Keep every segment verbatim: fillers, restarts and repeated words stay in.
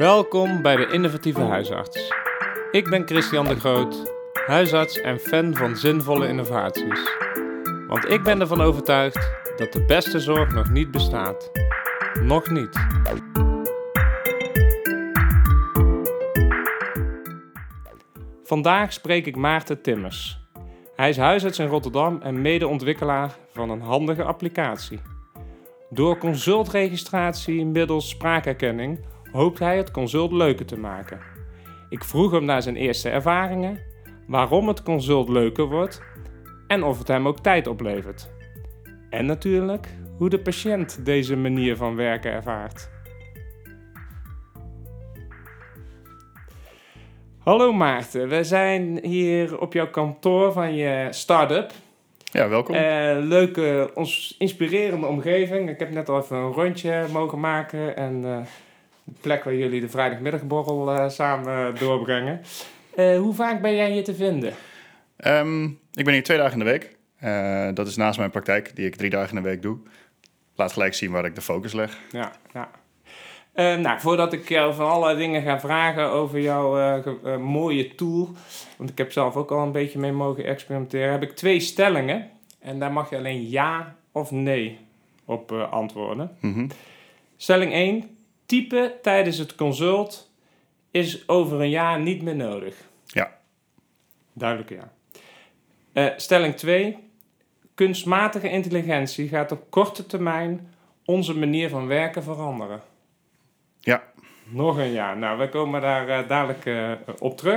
Welkom bij de Innovatieve Huisarts. Ik ben Christian de Groot, huisarts en fan van zinvolle innovaties. Want ik ben ervan overtuigd dat de beste zorg nog niet bestaat. Nog niet. Vandaag spreek ik Maarten Timmers. Hij is huisarts in Rotterdam en medeontwikkelaar van een handige applicatie. Door consultregistratie middels spraakherkenning hoopt hij het consult leuker te maken. Ik vroeg hem naar zijn eerste ervaringen, waarom het consult leuker wordt en of het hem ook tijd oplevert. En natuurlijk hoe de patiënt deze manier van werken ervaart. Hallo Maarten, we zijn hier op jouw kantoor van je start-up. Ja, welkom. Uh, leuke, ons inspirerende omgeving. Ik heb net al even een rondje mogen maken en uh, de plek waar jullie de vrijdagmiddagborrel uh, samen doorbrengen. Uh, hoe vaak ben jij hier te vinden? Um, ik ben hier twee dagen in de week. Uh, dat is naast mijn praktijk, die ik drie dagen in de week doe. Laat gelijk zien waar ik de focus leg. Ja, ja. Uh, nou, voordat ik jou van allerlei dingen ga vragen over jouw uh, ge- uh, mooie tool, want ik heb zelf ook al een beetje mee mogen experimenteren, heb ik twee stellingen en daar mag je alleen ja of nee op uh, antwoorden. Mm-hmm. Stelling één, typen tijdens het consult is over een jaar niet meer nodig. Ja. Duidelijk ja. Uh, stelling twee, kunstmatige intelligentie gaat op korte termijn onze manier van werken veranderen. Ja. Nog een jaar. Nou, we komen daar uh, dadelijk uh, op terug.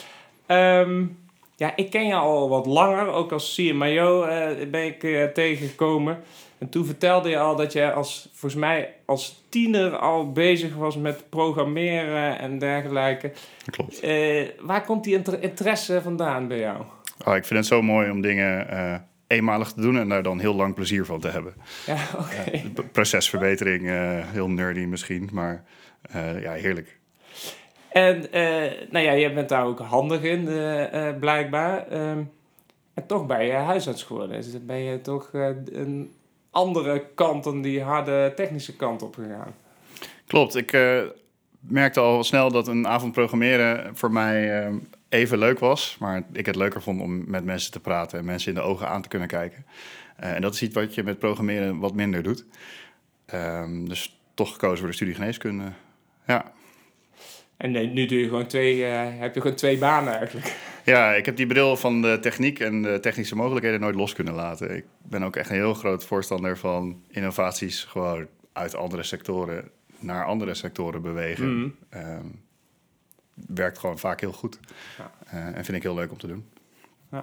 Um, ja, ik ken je al wat langer. Ook als C M I O uh, ben ik uh, tegengekomen. En toen vertelde je al dat je als, volgens mij als tiener al bezig was met programmeren en dergelijke. Klopt. Uh, waar komt die inter- interesse vandaan bij jou? Oh, ik vind het zo mooi om dingen uh, eenmalig te doen en daar dan heel lang plezier van te hebben. Ja, oké. Okay. Uh, procesverbetering, uh, heel nerdy misschien, maar uh, ja, heerlijk. En uh, nou ja, je bent daar ook handig in, uh, uh, blijkbaar. Um, en toch ben je huisarts geworden. Dus ben je toch uh, een andere kant dan die harde technische kant op gegaan. Klopt, ik uh, merkte al snel dat een avond programmeren voor mij uh, even leuk was. Maar ik het leuker vond om met mensen te praten en mensen in de ogen aan te kunnen kijken. Uh, en dat is iets wat je met programmeren wat minder doet. Um, dus toch gekozen voor de studie geneeskunde. Ja. En nu doe je gewoon twee, uh, heb je gewoon twee banen eigenlijk. Ja, ik heb die bril van de techniek en de technische mogelijkheden nooit los kunnen laten. Ik ben ook echt een heel groot voorstander van innovaties gewoon uit andere sectoren naar andere sectoren bewegen. Mm. Um, werkt gewoon vaak heel goed. Ja. Uh, en vind ik heel leuk om te doen. Ja.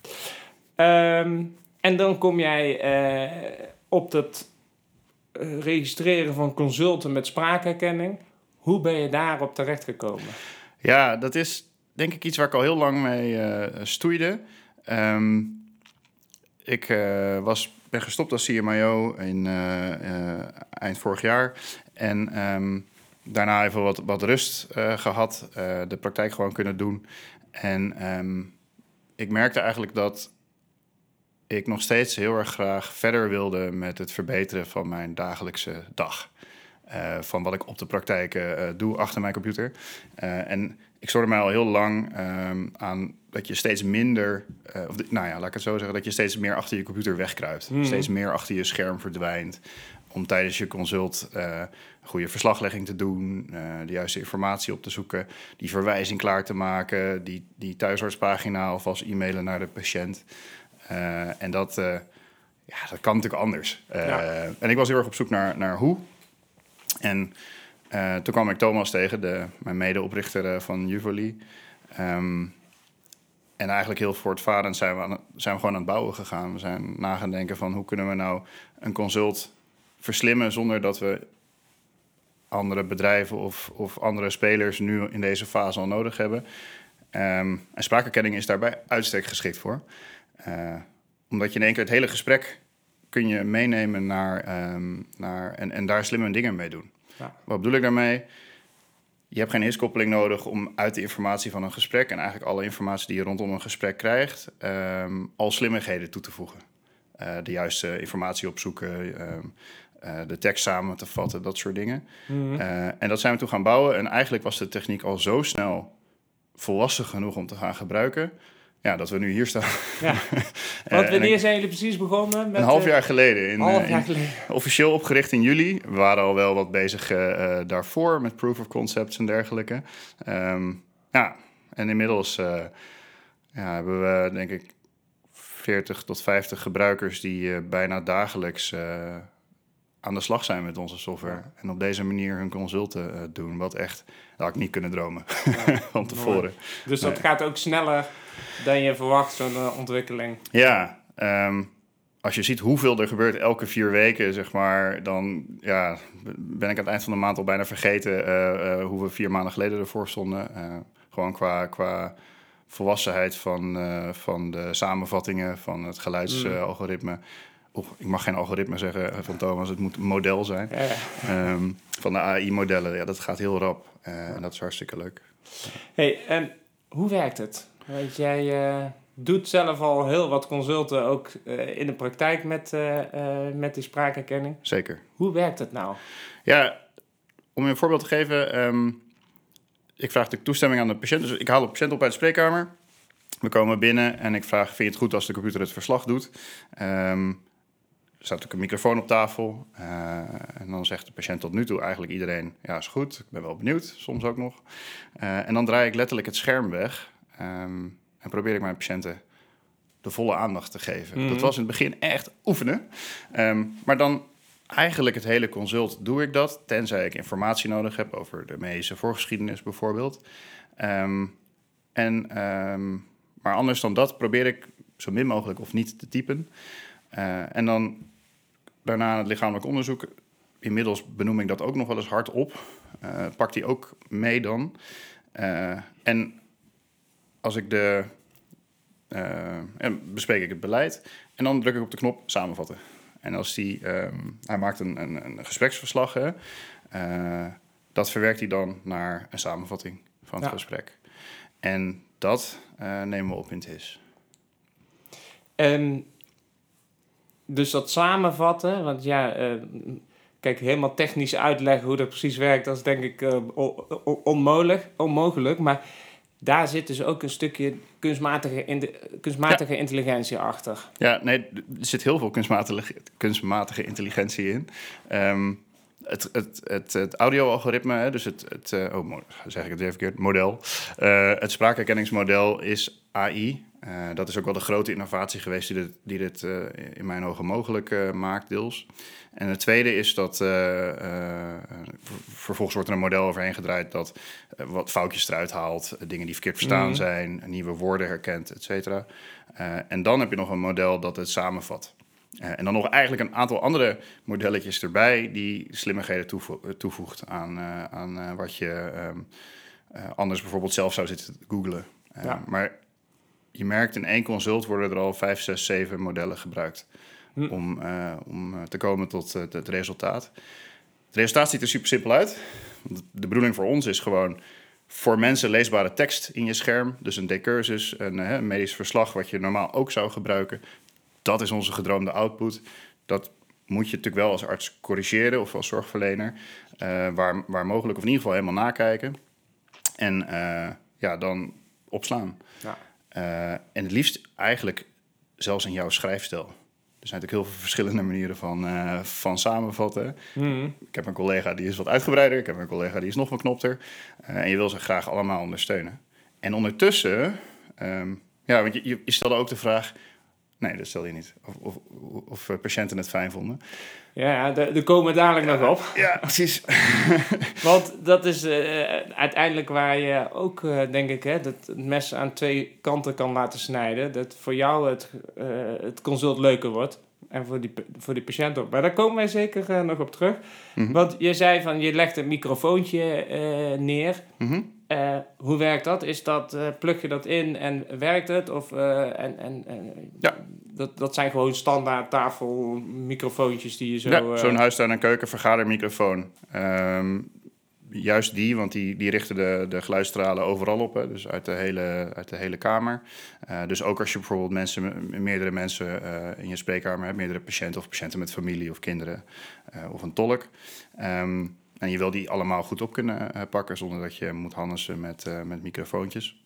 Um, en dan kom jij uh, op dat uh, registreren van consulten met spraakherkenning. Hoe ben je daarop terechtgekomen? Ja, dat is denk ik iets waar ik al heel lang mee uh, stoeide. Um, ik uh, was, ben gestopt als C M I O in uh, uh, eind vorig jaar. En um, daarna even wat, wat rust uh, gehad. Uh, de praktijk gewoon kunnen doen. En um, ik merkte eigenlijk dat ik nog steeds heel erg graag verder wilde met het verbeteren van mijn dagelijkse dag. Uh, van wat ik op de praktijk uh, doe achter mijn computer. Uh, en ik stoorde mij al heel lang um, aan dat je steeds minder... Uh, of de, nou ja, laat ik het zo zeggen, dat je steeds meer achter je computer wegkruipt. Mm. Steeds meer achter je scherm verdwijnt. Om tijdens je consult uh, een goede verslaglegging te doen, uh, de juiste informatie op te zoeken, die verwijzing klaar te maken, die, die thuisartspagina alvast e-mailen naar de patiënt. Uh, en dat, uh, ja, dat kan natuurlijk anders. Uh, ja. En ik was heel erg op zoek naar, naar hoe... En uh, toen kwam ik Thomas tegen, de, mijn medeoprichter uh, van Juvoli. Um, en eigenlijk heel voortvarend zijn we, aan, zijn we gewoon aan het bouwen gegaan. We zijn na gaan denken van hoe kunnen we nou een consult verslimmen zonder dat we andere bedrijven of, of andere spelers nu in deze fase al nodig hebben. Um, en spraakherkenning is daarbij uitstek geschikt voor. Uh, omdat je in één keer het hele gesprek kun je meenemen naar, um, naar en, en daar slimme dingen mee doen. Ja. Wat bedoel ik daarmee? Je hebt geen hiskoppeling nodig om uit de informatie van een gesprek en eigenlijk alle informatie die je rondom een gesprek krijgt, um, al slimmigheden toe te voegen. Uh, de juiste informatie opzoeken, um, uh, de tekst samen te vatten, dat soort dingen. Mm-hmm. Uh, en dat zijn we toen gaan bouwen. En eigenlijk was de techniek al zo snel volwassen genoeg om te gaan gebruiken. Ja, dat we nu hier staan. Ja. Want wanneer ik, zijn jullie precies begonnen? Met een half jaar geleden. In, half jaar in, geleden. Officieel opgericht in juli. We waren al wel wat bezig uh, daarvoor met proof of concepts en dergelijke. Um, ja, en inmiddels uh, ja, hebben we denk ik veertig tot vijftig gebruikers die uh, bijna dagelijks uh, aan de slag zijn met onze software. Ja. En op deze manier hun consulten uh, doen. Wat echt, dat had ik niet kunnen dromen ja, van tevoren. Mooi. Dus dat nee. gaat ook sneller dan je verwacht, zo'n uh, ontwikkeling. Ja, um, als je ziet hoeveel er gebeurt elke vier weken, zeg maar, dan ja, ben ik aan het eind van de maand al bijna vergeten uh, uh, hoe we vier maanden geleden ervoor stonden. Uh, gewoon qua, qua volwassenheid van, uh, van de samenvattingen, van het geluidsalgoritme. Mm. Oeh, ik mag geen algoritme zeggen van Thomas, het moet een model zijn. Ja, ja. Um, van de A I-modellen, ja, dat gaat heel rap uh, en dat is hartstikke leuk. Hey, en hoe werkt het? Weet jij uh, doet zelf al heel wat consulten ook uh, in de praktijk met, uh, uh, met die spraakherkenning. Zeker. Hoe werkt het nou? Ja, om je een voorbeeld te geven, um, ik vraag de toestemming aan de patiënt. Dus ik haal de patiënt op uit de spreekkamer. We komen binnen en ik vraag, vind je het goed als de computer het verslag doet? Um, Er staat ook een microfoon op tafel. Uh, en dan zegt de patiënt tot nu toe eigenlijk iedereen, ja, is goed. Ik ben wel benieuwd, soms ook nog. Uh, en dan draai ik letterlijk het scherm weg. Um, en probeer ik mijn patiënten de volle aandacht te geven. Mm-hmm. Dat was in het begin echt oefenen. Um, maar dan eigenlijk het hele consult doe ik dat. Tenzij ik informatie nodig heb over de medische voorgeschiedenis bijvoorbeeld. Um, en, um, maar anders dan dat probeer ik zo min mogelijk of niet te typen. Uh, en dan daarna het lichamelijk onderzoek. Inmiddels benoem ik dat ook nog wel eens hardop. Uh, pak die ook mee dan. Uh, en als ik de... Uh, en bespreek ik het beleid. En dan druk ik op de knop samenvatten. En als die... Um, hij maakt een, een, een gespreksverslag. Hè, uh, dat verwerkt hij dan naar een samenvatting van het ja. gesprek. En dat uh, nemen we op in T I S. En... Dus dat samenvatten, want ja, uh, kijk, helemaal technisch uitleggen hoe dat precies werkt, dat is denk ik uh, on- onmogelijk, onmogelijk. Maar daar zit dus ook een stukje kunstmatige, in de, kunstmatige ja. intelligentie achter. Ja, nee, er zit heel veel kunstmatige, kunstmatige intelligentie in. Um, het, het, het, het audio-algoritme, dus het, het uh, oh, zeg ik het even verkeerd, model. Uh, het spraakherkenningsmodel is A I. Uh, dat is ook wel de grote innovatie geweest die dit, die dit uh, in mijn ogen mogelijk uh, maakt, deels. En het tweede is dat uh, uh, vervolgens wordt er een model overheen gedraaid dat uh, wat foutjes eruit haalt, uh, dingen die verkeerd verstaan mm-hmm. zijn, nieuwe woorden herkent, et cetera. Uh, en dan heb je nog een model dat het samenvat. Uh, en dan nog eigenlijk een aantal andere modelletjes erbij die slimmigheden toevo- toevoegt aan, uh, aan uh, wat je um, uh, anders bijvoorbeeld zelf zou zitten te googlen. Uh, ja. Maar je merkt in één consult worden er al vijf, zes, zeven modellen gebruikt hm. om, uh, om te komen tot uh, het resultaat. Het resultaat ziet er super simpel uit. De bedoeling voor ons is gewoon voor mensen leesbare tekst in je scherm. Dus een decursus, een, uh, een medisch verslag wat je normaal ook zou gebruiken. Dat is onze gedroomde output. Dat moet je natuurlijk wel als arts corrigeren of als zorgverlener. Uh, waar, waar mogelijk of in ieder geval helemaal nakijken. En uh, ja, dan opslaan. Ja. Uh, en het liefst eigenlijk zelfs in jouw schrijfstijl. Er zijn natuurlijk heel veel verschillende manieren van, uh, van samenvatten. Mm-hmm. Ik heb een collega die is wat uitgebreider. Ik heb een collega die is nog wat knopter. Uh, en je wil ze graag allemaal ondersteunen. En ondertussen... Um, ja, want je, je stelde ook de vraag... Nee, dat stel je niet. Of, of, of patiënten het fijn vonden. Ja, daar komen we dadelijk nog op. Ja, precies. Want dat is uh, uiteindelijk waar je ook, uh, denk ik, hè, dat het mes aan twee kanten kan laten snijden. Dat voor jou het, uh, het consult leuker wordt. En voor die, voor die patiënt ook. Maar daar komen wij zeker uh, nog op terug. Mm-hmm. Want je zei van, je legt een microfoontje uh, neer. Mm-hmm. Uh, hoe werkt dat? Is dat, uh, plug je dat in en werkt het? Of, uh, en, en, en, ja. dat, dat zijn gewoon standaard tafelmicrofoontjes die je zo... Ja, uh... zo'n huistuin- en keuken vergadermicrofoon. Um, juist die, want die, die richten de, de geluidsstralen overal op. Hè, dus uit de hele, uit de hele kamer. Uh, dus ook als je bijvoorbeeld mensen, meerdere mensen uh, in je spreekkamer hebt, meerdere patiënten of patiënten met familie of kinderen uh, of een tolk. Um, en je wil die allemaal goed op kunnen uh, pakken zonder dat je moet handelen met, uh, met microfoontjes.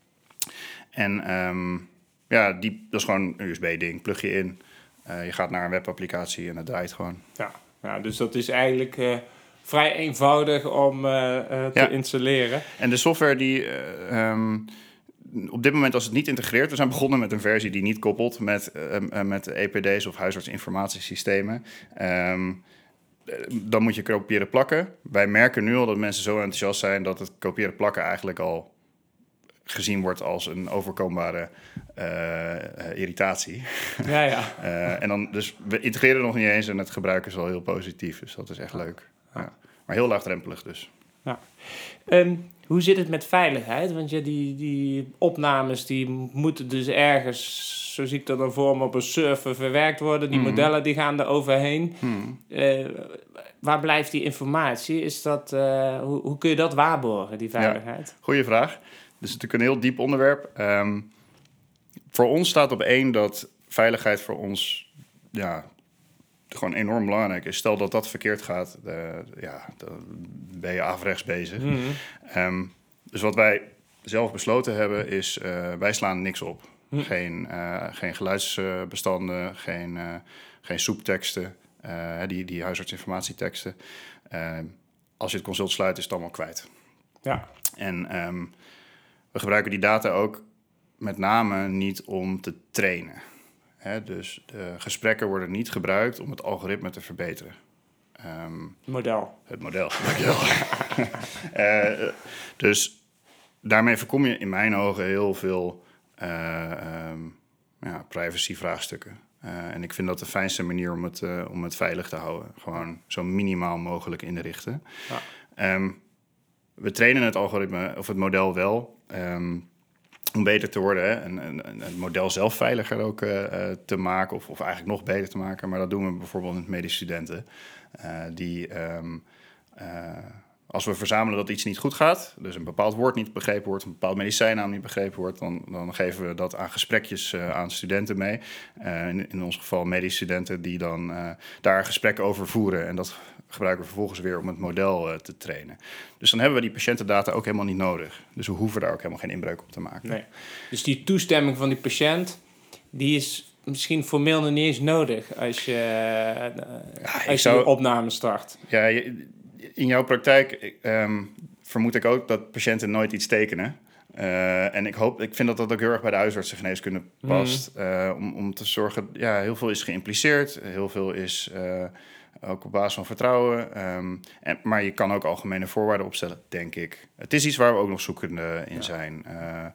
En um, ja, die, dat is gewoon een U S B-ding, plug je in. Uh, je gaat naar een webapplicatie en het draait gewoon. Ja, ja dus dat is eigenlijk uh, vrij eenvoudig om uh, uh, te ja. installeren. En de software die... Uh, um, op dit moment als het niet integreert... we zijn begonnen met een versie die niet koppelt met, uh, uh, met E P D's of huisartsinformatiesystemen. Um, dan moet je kopiëren plakken. Wij merken nu al dat mensen zo enthousiast zijn... dat het kopiëren plakken eigenlijk al gezien wordt als een overkombare uh, uh, irritatie. Ja, ja. uh, en dan, dus we integreren nog niet eens en het gebruik is wel heel positief. Dus dat is echt leuk. Ja. Maar heel laagdrempelig dus. Ja. Um, hoe zit het met veiligheid? Want ja, die, die opnames die moeten dus ergens, zo zie ik dat dan voor me, op een server verwerkt worden. Die mm. modellen die gaan er overheen. Mm. Uh, waar blijft die informatie? Is dat, uh, hoe, hoe kun je dat waarborgen, die veiligheid? Ja, goeie vraag. Dus het is natuurlijk een heel diep onderwerp. Um, voor ons staat op één dat veiligheid voor ons ja, gewoon enorm belangrijk is. Stel dat dat verkeerd gaat, uh, ja, dan ben je averechts bezig. Mm-hmm. Um, dus wat wij zelf besloten hebben is, uh, wij slaan niks op. Mm. Geen, uh, geen geluidsbestanden, geen, uh, geen soepteksten, uh, die, die huisartsinformatieteksten. Uh, als je het consult sluit, is het allemaal kwijt. Ja. En um, we gebruiken die data ook met name niet om te trainen. Hè, dus de gesprekken worden niet gebruikt om het algoritme te verbeteren. Um, model. Het model, dankjewel. uh, dus daarmee voorkom je in mijn ogen heel veel uh, um, ja, privacy-vraagstukken. Uh, en ik vind dat de fijnste manier om het, uh, om het veilig te houden. Gewoon zo minimaal mogelijk inrichten. Ja. Um, we trainen het algoritme, of het model wel, um, om beter te worden. Hè? En, en, en het model zelf veiliger ook uh, te maken, of, of eigenlijk nog beter te maken. Maar dat doen we bijvoorbeeld met medische studenten. Uh, die, um, uh, als we verzamelen dat iets niet goed gaat, dus een bepaald woord niet begrepen wordt, een bepaald medicijnnaam niet begrepen wordt, dan, dan geven we dat aan gesprekjes uh, aan studenten mee. Uh, in, in ons geval medische studenten die dan uh, daar gesprekken over voeren. En dat gebruiken we vervolgens weer om het model uh, te trainen. Dus dan hebben we die patiëntendata ook helemaal niet nodig. Dus we hoeven daar ook helemaal geen inbreuk op te maken. Nee. Dus die toestemming van die patiënt, die is misschien formeel nog niet eens nodig als je, uh, ja, als je zou, opname start. Ja, in jouw praktijk um, vermoed ik ook dat patiënten nooit iets tekenen. Uh, en ik hoop, ik vind dat dat ook heel erg bij de huisartsengeneeskunde past. Mm. Uh, om, om te zorgen, ja, heel veel is geïmpliceerd, heel veel is uh, ook op basis van vertrouwen. Um, en, maar je kan ook algemene voorwaarden opstellen, denk ik. Het is iets waar we ook nog zoekende in ja. zijn, uh,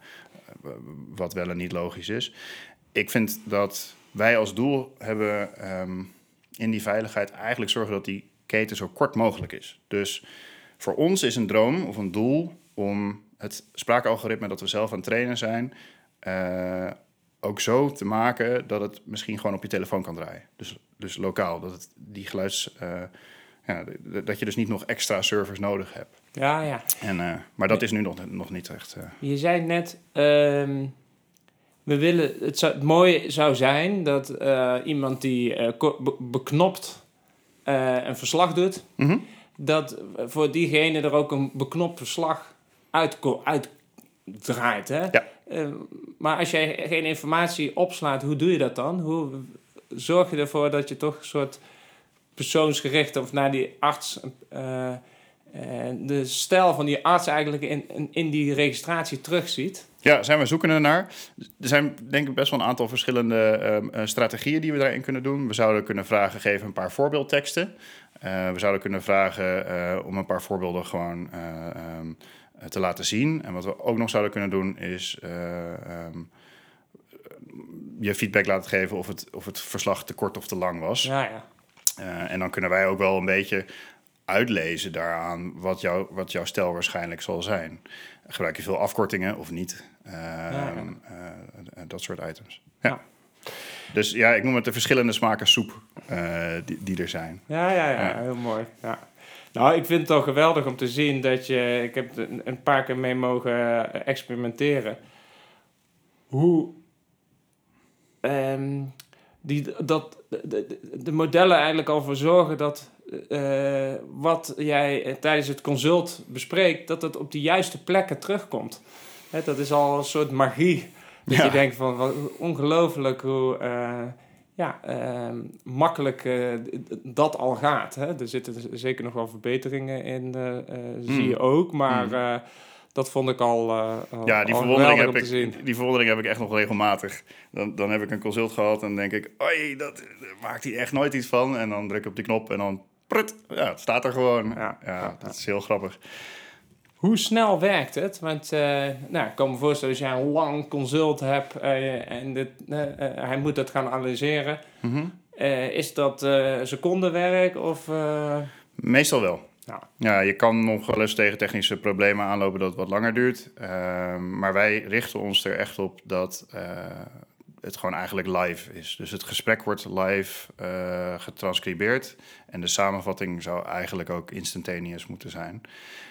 wat wel en niet logisch is. Ik vind dat wij als doel hebben um, in die veiligheid eigenlijk zorgen dat die keten zo kort mogelijk is. Dus voor ons is een droom of een doel om het spraakalgoritme dat we zelf aan het trainen zijn, uh, ook zo te maken dat het misschien gewoon op je telefoon kan draaien. Dus, dus lokaal, dat het die geluids, uh, ja, dat je dus niet nog extra servers nodig hebt. Ja, ja. En, uh, maar dat is nu nog, nog niet echt. Uh... Je zei net, um, we willen, het, zou, het mooie zou zijn dat uh, iemand die uh, be- beknopt uh, een verslag doet, mm-hmm. dat voor diegene er ook een beknopt verslag uitko- uitdraait. Hè? Ja. Uh, maar als jij geen informatie opslaat, hoe doe je dat dan? Hoe zorg je ervoor dat je toch een soort persoonsgericht of naar die arts, uh, uh, de stijl van die arts eigenlijk in, in, in die registratie terugziet? Ja, zijn we zoekende naar. Er zijn denk ik best wel een aantal verschillende uh, strategieën die we daarin kunnen doen. We zouden kunnen vragen, geef een paar voorbeeldteksten. Uh, we zouden kunnen vragen uh, om een paar voorbeelden gewoon uh, um, te laten zien. En wat we ook nog zouden kunnen doen is uh, um, je feedback laten geven of het, of het verslag te kort of te lang was. Ja, ja. Uh, en dan kunnen wij ook wel een beetje uitlezen daaraan wat, jou, wat jouw stijl waarschijnlijk zal zijn. Gebruik je veel afkortingen of niet? Uh, ja, ja. Uh, dat soort items. Ja. Ja. Dus ja, ik noem het de verschillende smaken soep uh, die, die er zijn. Ja, ja, ja, ja. Heel mooi. Ja. Nou, ik vind het al geweldig om te zien dat je... Ik heb er een paar keer mee mogen experimenteren. Hoe... Um, die, dat de, de, de modellen eigenlijk al voor zorgen dat... Uh, wat jij tijdens het consult bespreekt... dat het op de juiste plekken terugkomt. He, dat is al een soort magie. Dat ja. je denkt van... Wat ongelooflijk hoe... Uh, Ja, uh, makkelijk uh, dat al gaat. Hè? Er zitten zeker nog wel verbeteringen in, uh, uh, mm. zie je ook. Maar mm. uh, dat vond ik al, uh, ja, die al verwondering heb om te ik, zien. Die verwondering heb ik echt nog regelmatig. Dan, dan heb ik een consult gehad en dan denk ik... Oei, dat, daar maakt hij echt nooit iets van. En dan druk ik op die knop en dan... Prut, ja, het staat er gewoon. Ja, ja, ja dat ja. is heel grappig. Hoe snel werkt het? Want uh, nou, ik kan me voorstellen, als jij een lang consult hebt uh, en dit, uh, uh, hij moet dat gaan analyseren, mm-hmm. uh, is dat uh, secondenwerk of? Uh... Meestal wel. Ja. ja, je kan nog wel eens tegen technische problemen aanlopen dat het wat langer duurt. Uh, maar wij richten ons er echt op dat uh, het gewoon eigenlijk live is. Dus het gesprek wordt live uh, getranscribeerd en de samenvatting zou eigenlijk ook instantaneous moeten zijn.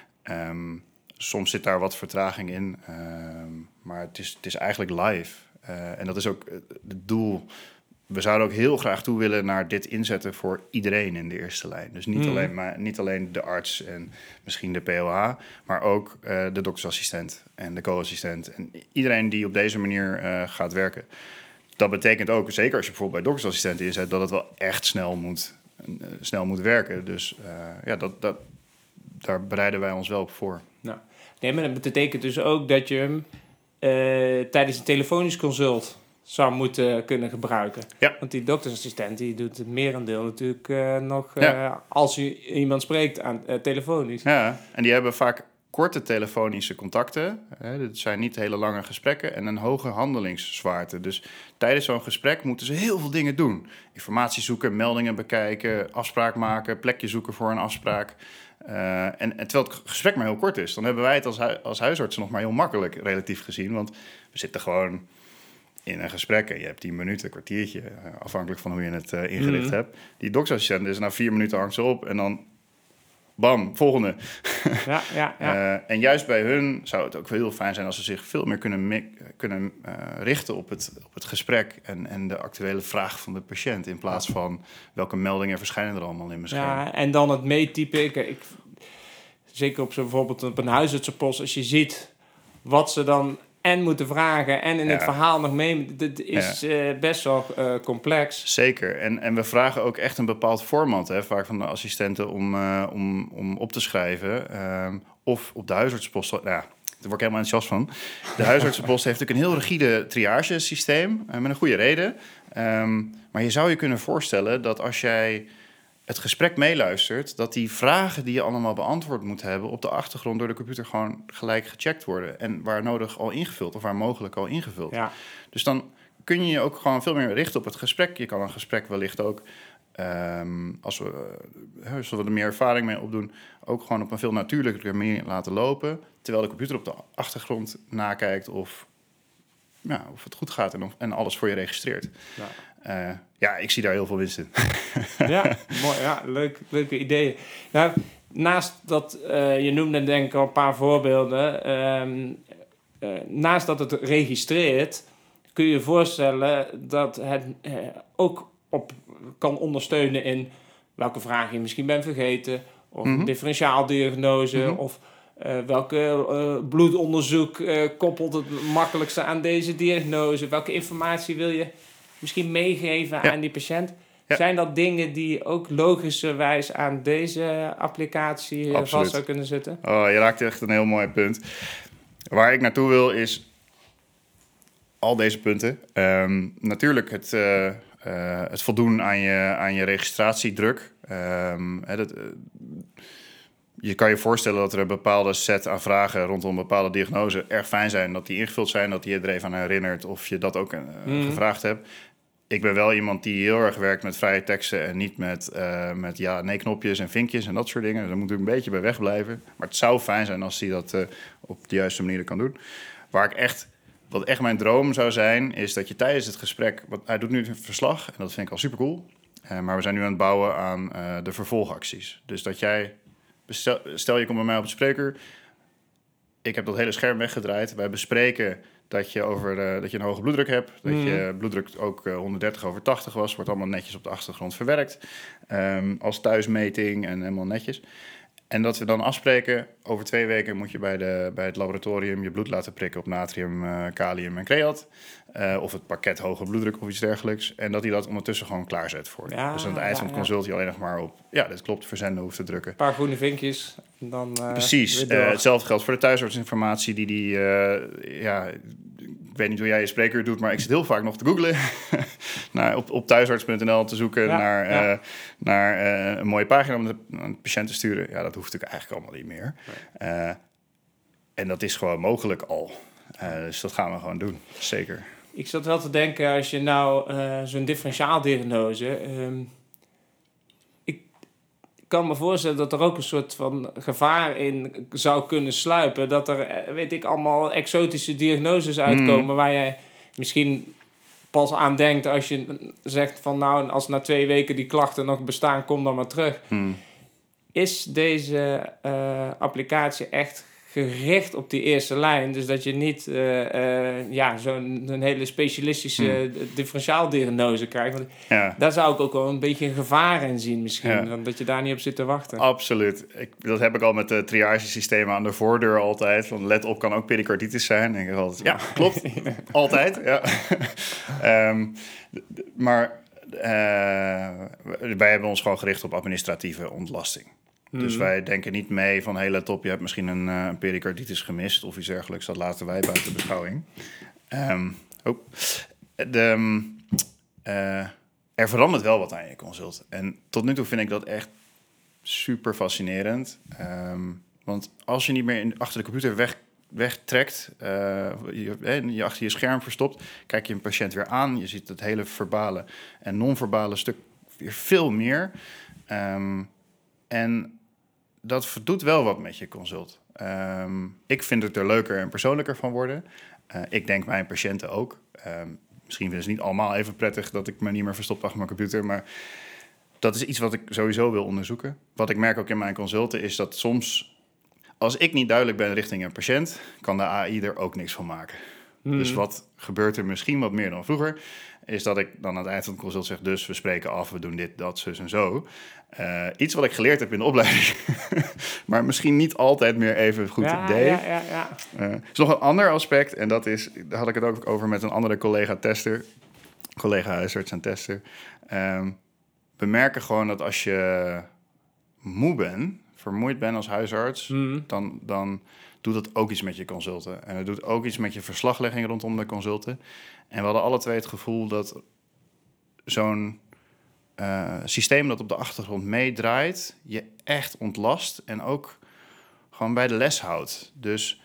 Um, soms zit daar wat vertraging in, um, maar het is, het is eigenlijk live. Uh, en dat is ook het doel. We zouden ook heel graag toe willen naar dit inzetten voor iedereen in de eerste lijn. Dus niet, mm. alleen, maar, niet alleen de arts en misschien de P O H, maar ook uh, de doktersassistent en de co-assistent. En iedereen die op deze manier uh, gaat werken. Dat betekent ook, zeker als je bijvoorbeeld bij doktersassistenten inzet, dat het wel echt snel moet, uh, snel moet werken. Dus uh, ja, dat... dat daar bereiden wij ons wel op voor. Nou, nee, maar dat betekent dus ook dat je hem uh, tijdens een telefonisch consult zou moeten kunnen gebruiken. Ja. Want die doktersassistent die doet het merendeel natuurlijk uh, nog uh, ja. als u iemand spreekt aan uh, telefonisch. Ja, en die hebben vaak korte telefonische contacten. Hè, dit zijn niet hele lange gesprekken en een hoge handelingszwaarte. Dus tijdens zo'n gesprek moeten ze heel veel dingen doen. Informatie zoeken, meldingen bekijken, afspraak maken, plekje zoeken voor een afspraak. Uh, en, en terwijl het gesprek maar heel kort is, dan hebben wij het als, hu- als huisartsen nog maar heel makkelijk relatief gezien. Want we zitten gewoon in een gesprek en je hebt tien minuten, een kwartiertje, uh, afhankelijk van hoe je het uh, ingericht mm. hebt. Die doktersassistent is na vier minuten hangt ze op en dan bam, volgende. Ja, ja, ja. Uh, en juist bij hun zou het ook heel fijn zijn als ze zich veel meer kunnen, mi- kunnen uh, richten op het, op het gesprek en, en de actuele vraag van de patiënt. In plaats van welke meldingen verschijnen er allemaal in mijn scherm. Ja, en dan het meetypen. Ik, ik, zeker op zo bijvoorbeeld op een huisartsenpost, als je ziet wat ze dan en moeten vragen en in ja. het verhaal nog mee. Dit is ja. uh, best wel uh, complex. Zeker. En, en we vragen ook echt een bepaald format, hè, vaak van de assistenten, om, uh, om, om op te schrijven. Um, of op de huisartsenpost. Nou ja, daar word ik helemaal enthousiast van. De huisartsenpost heeft natuurlijk een heel rigide triagesysteem, uh, met een goede reden. Um, maar je zou je kunnen voorstellen dat als jij het gesprek meeluistert, dat die vragen die je allemaal beantwoord moet hebben op de achtergrond door de computer gewoon gelijk gecheckt worden. En waar nodig al ingevuld of waar mogelijk al ingevuld. Ja. Dus dan kun je je ook gewoon veel meer richten op het gesprek. Je kan een gesprek wellicht ook, um, als, we, uh, als we er meer ervaring mee opdoen, ook gewoon op een veel natuurlijker manier laten lopen. Terwijl de computer op de achtergrond nakijkt of, ja, of het goed gaat en, of, en alles voor je registreert. Ja. Uh, ja, ik zie daar heel veel winst in. Ja, mooi, ja, leuk, leuke ideeën. Nou, naast dat, uh, je noemde denk ik al een paar voorbeelden. Um, uh, naast dat het registreert, kun je je voorstellen dat het uh, ook op kan ondersteunen in welke vragen je misschien bent vergeten. Of mm-hmm. differentiaaldiagnose, mm-hmm. of uh, welke uh, bloedonderzoek uh, koppelt het makkelijkste aan deze diagnose. Welke informatie wil je misschien meegeven ja. aan die patiënt? Ja. Zijn dat dingen die ook logischerwijs aan deze applicatie Absoluut. vast zou kunnen zitten? Oh, je raakt echt een heel mooi punt. Waar ik naartoe wil is al deze punten. Um, natuurlijk het, uh, uh, het voldoen aan je, aan je registratiedruk. Um, hè, dat, uh, je kan je voorstellen dat er een bepaalde set aan vragen rondom een bepaalde diagnose erg fijn zijn. Dat die ingevuld zijn, dat die je er even aan herinnert of je dat ook uh, mm. gevraagd hebt. Ik ben wel iemand die heel erg werkt met vrije teksten en niet met, uh, met ja-nee-knopjes en vinkjes en dat soort dingen. Daar moet ik een beetje bij wegblijven. Maar het zou fijn zijn als hij dat uh, op de juiste manier kan doen. Waar ik echt, wat echt mijn droom zou zijn, is dat je tijdens het gesprek, want hij doet nu een verslag en dat vind ik al super cool. Uh, maar we zijn nu aan het bouwen aan uh, de vervolgacties. Dus dat jij Stel, stel je komt bij mij op de spreker. Ik heb dat hele scherm weggedraaid. Wij bespreken dat je, over, uh, dat je een hoge bloeddruk hebt. Dat mm. je bloeddruk ook uh, honderddertig over tachtig was. Wordt allemaal netjes op de achtergrond verwerkt. Um, als thuismeting en helemaal netjes. En dat we dan afspreken, over twee weken moet je bij, de, bij het laboratorium je bloed laten prikken op natrium, uh, kalium en creat. Uh, of het pakket hoge bloeddruk of iets dergelijks. En dat hij dat ondertussen gewoon klaarzet voor je. Ja, dus aan het eind ja, van het consult je alleen nog maar op, ja, dit klopt, verzenden hoeft te drukken. Een paar groene vinkjes. En dan, uh, Precies. Uh, hetzelfde geldt voor de thuisartsinformatie die die, uh, ja, ik weet niet hoe jij je spreker doet, maar ik zit heel vaak nog te googlen. naar, op, op thuisarts punt n l te zoeken ja, naar, ja. uh, naar uh, een mooie pagina om de, een patiënt te sturen. Ja, dat hoeft natuurlijk eigenlijk allemaal niet meer. Nee. Uh, en dat is gewoon mogelijk al. Uh, dus dat gaan we gewoon doen, zeker. Ik zat wel te denken, als je nou uh, zo'n differentiaaldiagnose... Um, ik kan me voorstellen dat er ook een soort van gevaar in zou kunnen sluipen. Dat er, weet ik, allemaal exotische diagnoses uitkomen... Mm. waar jij misschien pas aan denkt als je zegt van... nou, als na twee weken die klachten nog bestaan, kom dan maar terug. Mm. Is deze uh, applicatie echt... gericht op die eerste lijn. Dus dat je niet uh, uh, ja, zo'n een hele specialistische hmm. differentiaaldiagnose krijgt. Want ja. Daar zou ik ook wel een beetje een gevaar in zien misschien. Ja. Dat je daar niet op zit te wachten. Absoluut. Ik, dat heb ik al met de triagesystemen aan de voordeur altijd. Want let op, kan ook pericarditis zijn. En ik altijd, ja, klopt. ja. Altijd. Ja. um, maar uh, wij hebben ons gewoon gericht op administratieve ontlasting. Dus mm. wij denken niet mee van, hey, let op, je hebt misschien een, uh, een pericarditis gemist of iets dergelijks. Dat laten wij buiten beschouwing. Um, oh. de, uh, er verandert wel wat aan je consult. En tot nu toe vind ik dat echt super fascinerend. Um, want als je niet meer in, achter de computer weg, wegtrekt, uh, je, je achter je scherm verstopt, kijk je een patiënt weer aan. Je ziet het hele verbale en non-verbale stuk weer veel meer. Um, en dat doet wel wat met je consult. Um, ik vind het er leuker en persoonlijker van worden. Uh, ik denk mijn patiënten ook. Um, misschien vinden ze niet allemaal even prettig dat ik me niet meer verstop achter mijn computer. Maar dat is iets wat ik sowieso wil onderzoeken. Wat ik merk ook in mijn consulten is dat soms, als ik niet duidelijk ben richting een patiënt, kan de A I er ook niks van maken. Mm. Dus wat gebeurt er misschien wat meer dan vroeger, is dat ik dan aan het eind van het consult zeg, dus we spreken af, we doen dit, dat, zus en zo. Uh, iets wat ik geleerd heb in de opleiding, maar misschien niet altijd meer even goed ja, deed. Ja, ja, ja. Uh, er is nog een ander aspect, en dat is, daar had ik het ook over met een andere collega-tester, collega-huisarts en tester. Um, we merken gewoon dat als je moe bent, vermoeid bent als huisarts, mm. dan, dan doet dat ook iets met je consulten. En het doet ook iets met je verslaglegging rondom de consulten. En we hadden alle twee het gevoel dat zo'n uh, systeem dat op de achtergrond meedraait, je echt ontlast en ook gewoon bij de les houdt. Dus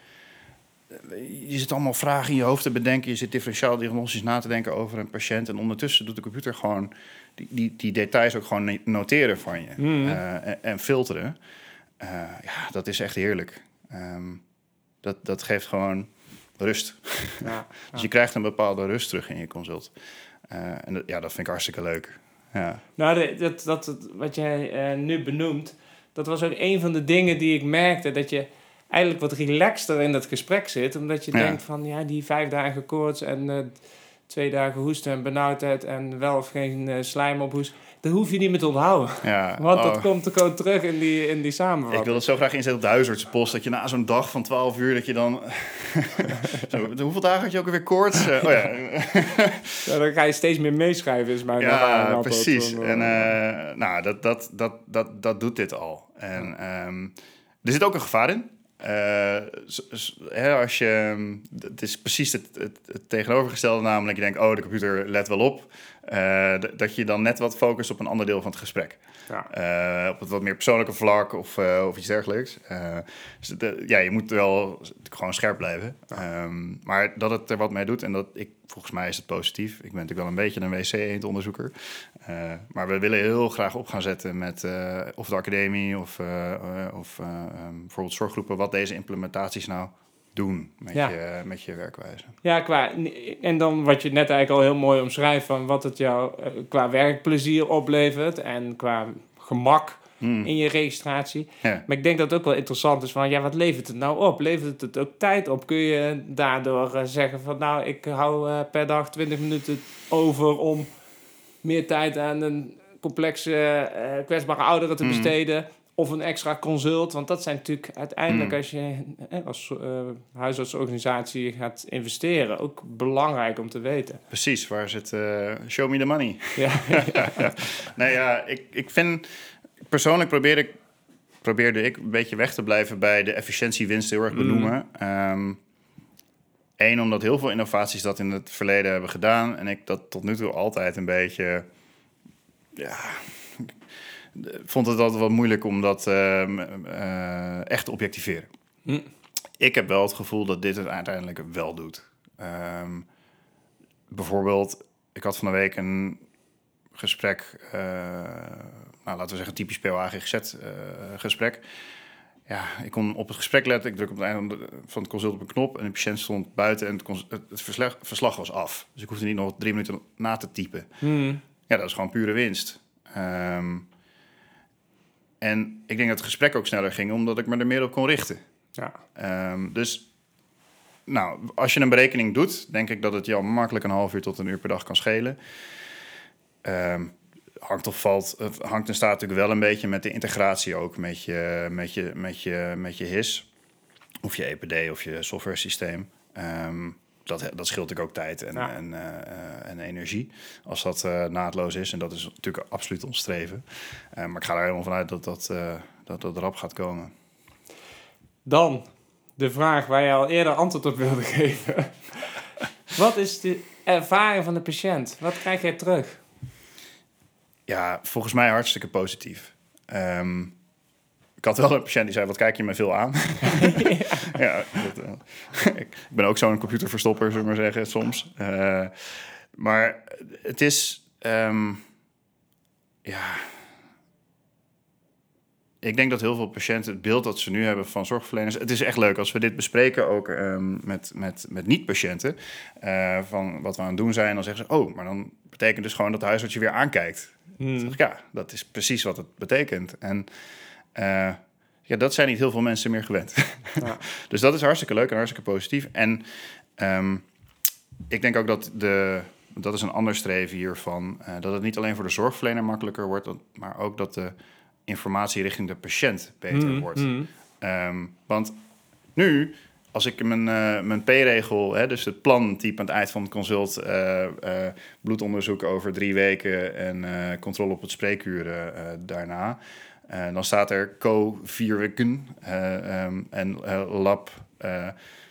je zit allemaal vragen in je hoofd te bedenken, je zit differentiaal diagnostisch na te denken over een patiënt en ondertussen doet de computer gewoon die, die, die details ook gewoon noteren van je mm. uh, en, en filteren. Uh, ja, dat is echt heerlijk. Um, dat, dat geeft gewoon rust. Ja, dus je krijgt een bepaalde rust terug in je consult. Uh, en dat, ja, dat vind ik hartstikke leuk. Ja. Nou, de, dat, dat, wat jij uh, nu benoemt, dat was ook een van de dingen die ik merkte, dat je eigenlijk wat relaxter in dat gesprek zit, omdat je ja. denkt van, ja, die vijf dagen koorts en uh, twee dagen hoesten en benauwdheid en wel of geen uh, slijm op hoest, dat hoef je niet meer te onthouden. Ja. Want dat oh. komt er gewoon terug in die, in die samenvatting. Ik wil het zo graag inzetten op de huisartsenpost, dat je na zo'n dag van twaalf uur, dat je dan... zo, hoeveel dagen had je ook alweer koorts? Uh, oh ja. ja, dan ga je steeds meer meeschrijven, is mijn Ja, precies. Van, uh, en uh, nou, dat, dat, dat, dat, dat doet dit al. En um, er zit ook een gevaar in. Uh, hè, als je, het is precies het, het, het tegenovergestelde, namelijk je denkt, oh, de computer let wel op, uh, d- dat je dan net wat focust op een ander deel van het gesprek. Ja. Uh, op het wat meer persoonlijke vlak of, uh, of iets dergelijks. Uh, dus de, ja, je moet wel gewoon scherp blijven. Ja. Um, maar dat het er wat mee doet, en dat ik, volgens mij is het positief. Ik ben natuurlijk wel een beetje een W C-eendonderzoeker. Uh, maar we willen heel graag op gaan zetten met uh, of de academie of, uh, uh, of uh, um, bijvoorbeeld zorggroepen, wat deze implementaties nou doen met, ja. je, met je werkwijze. Ja, qua, en dan wat je net eigenlijk al heel mooi omschrijft van wat het jou uh, qua werkplezier oplevert en qua gemak Mm. in je registratie. Ja. Maar ik denk dat het ook wel interessant is van, ja, wat levert het nou op? Levert het ook tijd op? Kun je daardoor uh, zeggen van, nou, ik hou uh, per dag twintig minuten over om meer tijd aan een complexe, uh, kwetsbare ouderen te Mm. besteden, of een extra consult, want dat zijn natuurlijk uiteindelijk Mm. als je eh, als uh, huisartsorganisatie gaat investeren, ook belangrijk om te weten. Precies, waar zit uh, show me the money? Ja, ja. ja. Nee, ja, ik, ik vind, persoonlijk probeer ik, probeerde ik een beetje weg te blijven bij de efficiëntiewinst heel erg benoemen. Mm. Um, Eén, omdat heel veel innovaties dat in het verleden hebben gedaan en ik dat tot nu toe altijd een beetje, ja, vond het altijd wel moeilijk om dat uh, uh, echt te objectiveren. Mm. Ik heb wel het gevoel dat dit het uiteindelijk wel doet. Um, bijvoorbeeld, ik had van de week een gesprek, uh, nou, laten we zeggen typisch P O A G G Z uh, gesprek. Ja, ik kon op het gesprek letten, ik druk op het einde van het consult op een knop en de patiënt stond buiten en het, cons- het verslag, verslag was af. Dus ik hoefde niet nog drie minuten na te typen. Mm. Ja, dat is gewoon pure winst. Um, en ik denk dat het gesprek ook sneller ging, omdat ik me er meer op kon richten. Ja. Um, dus, nou, als je een berekening doet, denk ik dat het je al makkelijk een half uur tot een uur per dag kan schelen. Um, hangt of valt, hangt en staat natuurlijk wel een beetje met de integratie ook met je, met je, met je, met je H I S. Of je E P D of je software systeem. Um, dat, dat scheelt natuurlijk ook tijd en, ja. en, uh, en energie als dat uh, naadloos is. En dat is natuurlijk absoluut ons streven. Uh, maar ik ga er helemaal vanuit dat dat, uh, dat, dat rap gaat komen. Dan de vraag waar je al eerder antwoord op wilde geven. Wat is de ervaring van de patiënt? Wat krijg jij terug? Ja, volgens mij hartstikke positief. Um, ik had wel een patiënt die zei, wat kijk je me veel aan? ja, ja dat, uh, ik ben ook zo'n computerverstopper, zullen we maar zeggen, soms. Uh, maar het is, um, ja... Ik denk dat heel veel patiënten het beeld dat ze nu hebben van zorgverleners... Het is echt leuk als we dit bespreken ook um, met, met, met niet-patiënten... Uh, van wat we aan het doen zijn, dan zeggen ze... oh, maar dan betekent dus gewoon dat de huisarts je weer aankijkt. Hmm. Dan zeg ik, ja, dat is precies wat het betekent. En uh, ja, dat zijn niet heel veel mensen meer gewend. Ja. Dus dat is hartstikke leuk en hartstikke positief. En um, ik denk ook dat de... dat is een ander streven hiervan... Uh, dat het niet alleen voor de zorgverlener makkelijker wordt... maar ook dat de informatie richting de patiënt beter mm, wordt. Mm. Um, want nu, als ik mijn, uh, mijn P-regel, hè, dus het plantype aan het eind van het consult... Uh, uh, bloedonderzoek over drie weken en uh, controle op het spreekuur uh, daarna... Uh, dan staat er co vier weken uh, um, en uh, lab... Uh,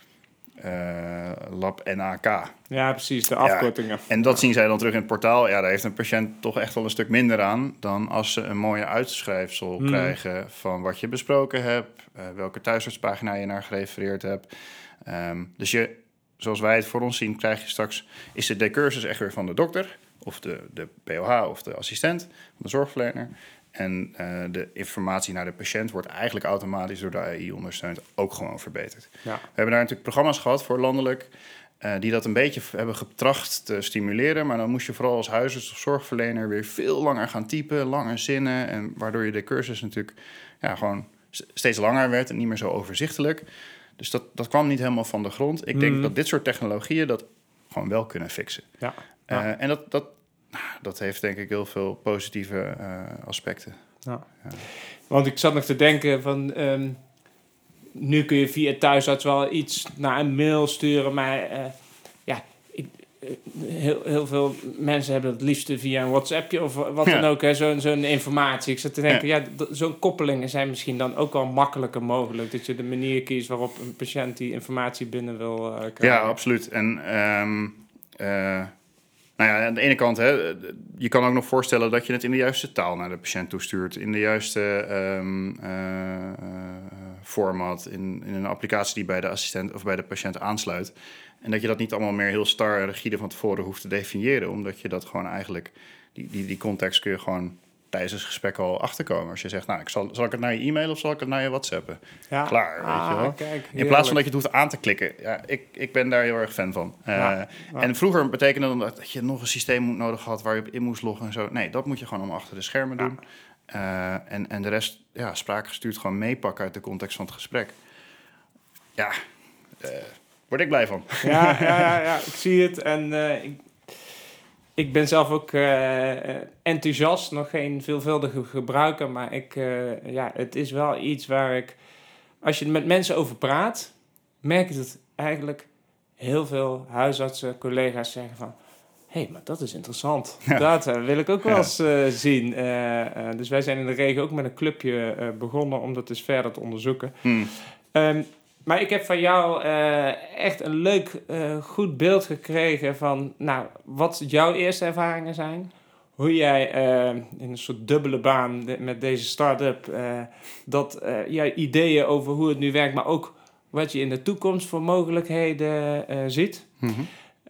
Uh, lab N A K. Ja, precies, de afkortingen. Ja, en dat zien zij dan terug in het portaal. Ja, daar heeft een patiënt toch echt wel een stuk minder aan... dan als ze een mooie uitschrijfsel hmm. krijgen... van wat je besproken hebt... Uh, welke thuisartspagina je naar gerefereerd hebt. Um, dus je, zoals wij het voor ons zien... krijg je straks... is de decursus echt weer van de dokter... of de, de P O H of de assistent... van de zorgverlener... En uh, de informatie naar de patiënt wordt eigenlijk automatisch door de A I ondersteund ook gewoon verbeterd. Ja. We hebben daar natuurlijk programma's gehad voor landelijk... Uh, die dat een beetje hebben getracht te stimuleren. Maar dan moest je vooral als huisarts of zorgverlener... weer veel langer gaan typen, lange zinnen... en waardoor je de cursus natuurlijk ja, gewoon steeds langer werd... en niet meer zo overzichtelijk. Dus dat, dat kwam niet helemaal van de grond. Ik mm. denk dat dit soort technologieën dat gewoon wel kunnen fixen. Ja. Ja. Uh, en dat... dat Dat heeft denk ik heel veel positieve uh, aspecten. Ja. Ja. Want ik zat nog te denken van... Um, nu kun je via thuisarts wel iets naar een mail sturen... maar uh, ja, ik, uh, heel, heel veel mensen hebben het liefste via een WhatsAppje... of wat ja. dan ook, hè, zo'n, zo'n informatie. Ik zat te denken, ja, ja d- zo'n koppelingen zijn misschien dan ook wel makkelijker mogelijk... dat je de manier kiest waarop een patiënt die informatie binnen wil uh, krijgen. Ja, absoluut. En... Um, uh, Nou ja, aan de ene kant, hè, je kan ook nog voorstellen dat je het in de juiste taal naar de patiënt toestuurt. In de juiste um, uh, uh, format, in, in een applicatie die bij de assistent of bij de patiënt aansluit. En dat je dat niet allemaal meer heel star en rigide van tevoren hoeft te definiëren. Omdat je dat gewoon eigenlijk, die, die, die context kun je gewoon tijdens het gesprek al achterkomen. Als je zegt, nou, ik zal, zal ik het naar je e-mail of zal ik het naar je WhatsAppen? Ja. Klaar, ah, weet je wel. Kijk, in plaats van dat je het hoeft aan te klikken. Ja, ik, ik ben daar heel erg fan van. Ja. Uh, ja. En vroeger betekende dat dat je nog een systeem nodig had waar je op in moest loggen en zo. Nee, dat moet je gewoon allemaal achter de schermen doen. Uh, en, en de rest, ja, spraakgestuurd gewoon meepakken uit de context van het gesprek. Ja, uh, word ik blij van. Ja, ja, ja, ja, ik zie het. En uh, ik, ik ben zelf ook uh, enthousiast, nog geen veelvuldige gebruiker. Maar ik, uh, ja, het is wel iets waar ik... Als je er met mensen over praat, merk je dat eigenlijk heel veel huisartsen, collega's zeggen van... Hé, hey, maar dat is interessant. Ja. Dat uh, wil ik ook wel eens uh, zien. Uh, uh, dus wij zijn in de regio ook met een clubje uh, begonnen om dat dus verder te onderzoeken. Hmm. Um, maar ik heb van jou uh, echt een leuk, uh, goed beeld gekregen van... Nou, wat jouw eerste ervaringen zijn. Hoe jij uh, in een soort dubbele baan de, met deze start-up... Uh, dat uh, jij ideeën over hoe het nu werkt, maar ook wat je in de toekomst voor mogelijkheden uh, ziet. Mm-hmm.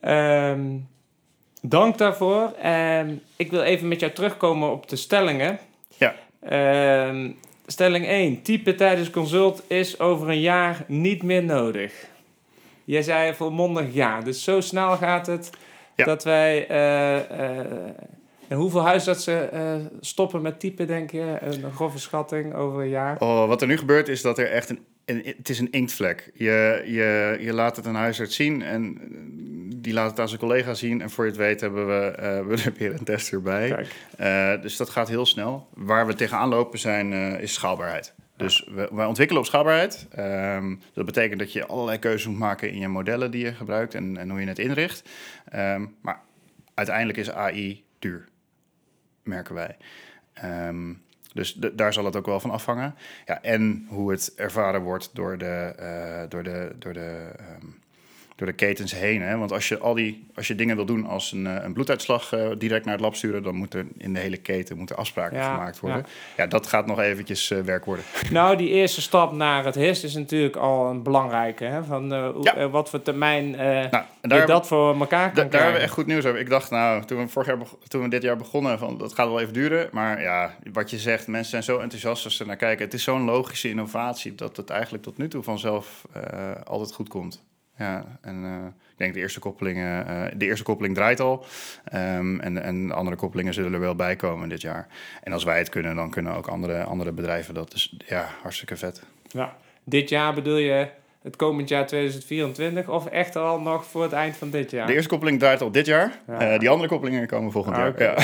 Um, Dank daarvoor. Uh, ik wil even met jou terugkomen op de stellingen. Ja. Uh, stelling één. Typen tijdens consult is over een jaar niet meer nodig. Jij zei volmondig ja. Dus zo snel gaat het ja. dat wij... Uh, uh, en hoeveel huisartsen uh, stoppen met typen, denk je? Een grove schatting over een jaar. Oh, wat er nu gebeurt is dat er echt een... een het is een inktvlek. Je, je, je laat het een huisarts zien en die laat het aan zijn collega zien. En voor je het weet hebben we, uh, we er weer een test erbij. Uh, dus dat gaat heel snel. Waar we tegenaan lopen zijn, uh, is schaalbaarheid. Dus we, wij ontwikkelen op schaalbaarheid. Um, dat betekent dat je allerlei keuzes moet maken in je modellen die je gebruikt en, en hoe je het inricht. Um, maar uiteindelijk is A I duur, merken wij. Um, Dus de, daar zal het ook wel van afhangen. Ja, en hoe het ervaren wordt door de, uh, door de, door de, um, door de ketens heen. Hè? Want als je, al die, als je dingen wil doen als een, uh, een bloeduitslag uh, direct naar het lab sturen... dan moet er in de hele keten moeten afspraken ja, gemaakt worden. Ja. ja, dat gaat nog eventjes uh, werk worden. Nou, die eerste stap naar het H I S is natuurlijk al een belangrijke. Hè? Van uh, hoe, ja. uh, wat voor termijn uh, nou, daar, je dat voor elkaar kan da, Daar hebben we echt goed nieuws over. Ik dacht, nou, toen we, vorig jaar bego- toen we dit jaar begonnen... van dat gaat wel even duren. Maar ja, wat je zegt, mensen zijn zo enthousiast als ze naar kijken. Het is zo'n logische innovatie... dat het eigenlijk tot nu toe vanzelf uh, altijd goed komt. Ja, en uh, ik denk de eerste koppelingen, uh, de eerste koppeling draait al. Um, en, en andere koppelingen zullen er wel bij komen dit jaar. En als wij het kunnen, dan kunnen ook andere, andere bedrijven dat. Dus ja, hartstikke vet. Ja, dit jaar bedoel je het komend jaar tweeduizend vierentwintig of echt al nog voor het eind van dit jaar? De eerste koppeling draait al dit jaar. Ja. Uh, die andere koppelingen komen volgend ah, jaar. Okay.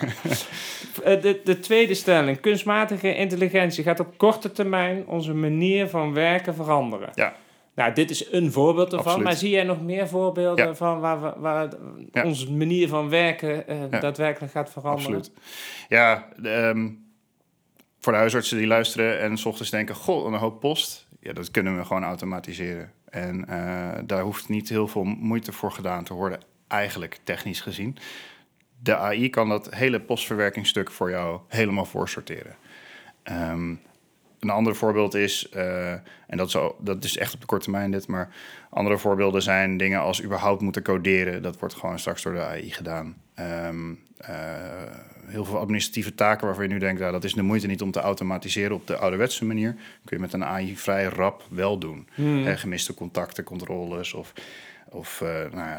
Ja. de, de tweede stelling. Kunstmatige intelligentie gaat op korte termijn onze manier van werken veranderen. Ja. Nou, dit is een voorbeeld ervan. Absoluut. Maar zie jij nog meer voorbeelden ja. van waar, we, waar ja. onze manier van werken uh, ja. daadwerkelijk gaat veranderen? Absoluut. Ja, de, um, voor de huisartsen die luisteren en 's ochtends denken... goh, een hoop post. Ja, dat kunnen we gewoon automatiseren. En uh, daar hoeft niet heel veel moeite voor gedaan te worden, eigenlijk technisch gezien. De A I kan dat hele postverwerkingsstuk voor jou helemaal voorsorteren. Um, Een ander voorbeeld is, uh, en dat is, al, dat is echt op de korte termijn dit... maar andere voorbeelden zijn dingen als überhaupt moeten coderen. Dat wordt gewoon straks door de A I gedaan. Um, uh, heel veel administratieve taken waarvan je nu denkt... Nou, dat is de moeite niet om te automatiseren op de ouderwetse manier. Kun je met een A I vrij rap wel doen. Hmm. He, gemiste contacten, controles of... Of uh, nou ja,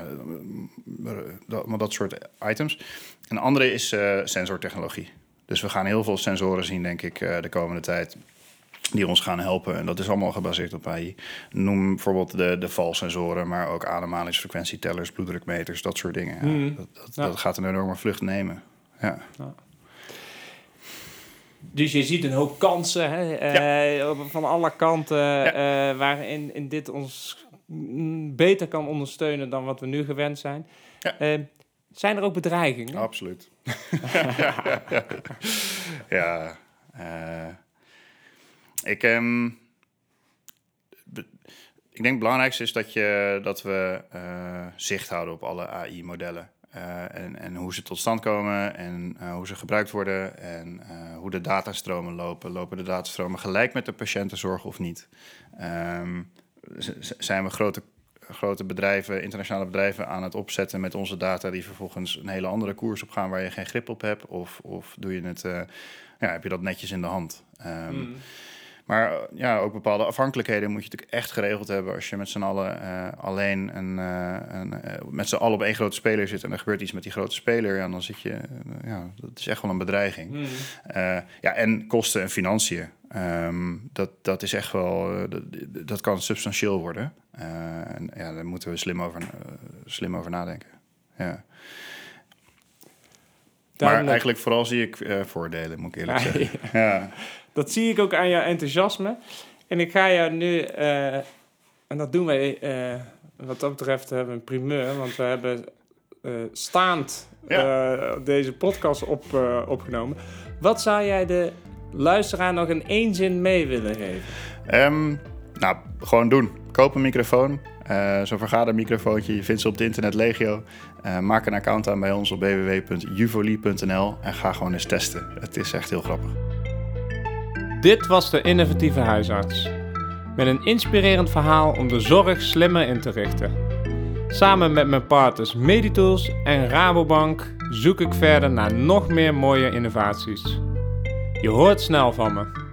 dat, dat soort items. Een andere is uh, sensortechnologie. Dus we gaan heel veel sensoren zien, denk ik, uh, de komende tijd... die ons gaan helpen. En dat is allemaal gebaseerd op A I. Noem bijvoorbeeld de, de valsensoren... maar ook ademhalingsfrequentietellers, bloeddrukmeters, dat soort dingen. Ja, mm. dat, dat, ja. dat gaat een enorme vlucht nemen. Ja. Ja. Dus je ziet een hoop kansen hè? Ja. Uh, van alle kanten... Ja. Uh, waarin in dit ons beter kan ondersteunen... dan wat we nu gewend zijn. Ja. Uh, zijn er ook bedreigingen? Absoluut. ja, ja, ja. ja uh, ik, um, be, ik denk het belangrijkste is dat, je, dat we uh, zicht houden op alle A I-modellen. Uh, en, en hoe ze tot stand komen en uh, hoe ze gebruikt worden en uh, hoe de datastromen lopen. Lopen de datastromen gelijk met de patiëntenzorg of niet? Um, z- zijn we grote, grote bedrijven, internationale bedrijven aan het opzetten met onze data... die vervolgens een hele andere koers op gaan waar je geen grip op hebt? Of, of doe je het, uh, ja, heb je dat netjes in de hand? Um, mm. Maar uh, ja, ook bepaalde afhankelijkheden moet je natuurlijk echt geregeld hebben als je met z'n allen uh, alleen en uh, een, uh, met z'n allen op één grote speler zit en er gebeurt iets met die grote speler, ja, dan zit je, uh, ja, dat is echt wel een bedreiging. Mm. Uh, ja, en kosten en financiën. Um, dat, dat is echt wel, uh, dat, dat kan substantieel worden. Uh, en ja, daar moeten we slim over, uh, slim over nadenken. Ja. Maar eigenlijk vooral zie ik uh, voordelen, moet ik eerlijk ja, zeggen. Ja. Ja. Dat zie ik ook aan jouw enthousiasme. En ik ga jou nu, uh, en dat doen wij, uh, wat dat betreft hebben we een primeur, want we hebben uh, staand ja. uh, deze podcast op, uh, opgenomen. Wat zou jij de luisteraar nog in één zin mee willen geven? Um, nou, gewoon doen. Koop een microfoon. Uh, Zo'n vergadermicrofoontje, je vindt ze op het internet legio. Uh, maak een account aan bij ons op w w w punt juvolie punt n l en ga gewoon eens testen. Het is echt heel grappig. Dit was de innovatieve huisarts. Met een inspirerend verhaal om de zorg slimmer in te richten. Samen met mijn partners Meditools en Rabobank zoek ik verder naar nog meer mooie innovaties. Je hoort snel van me.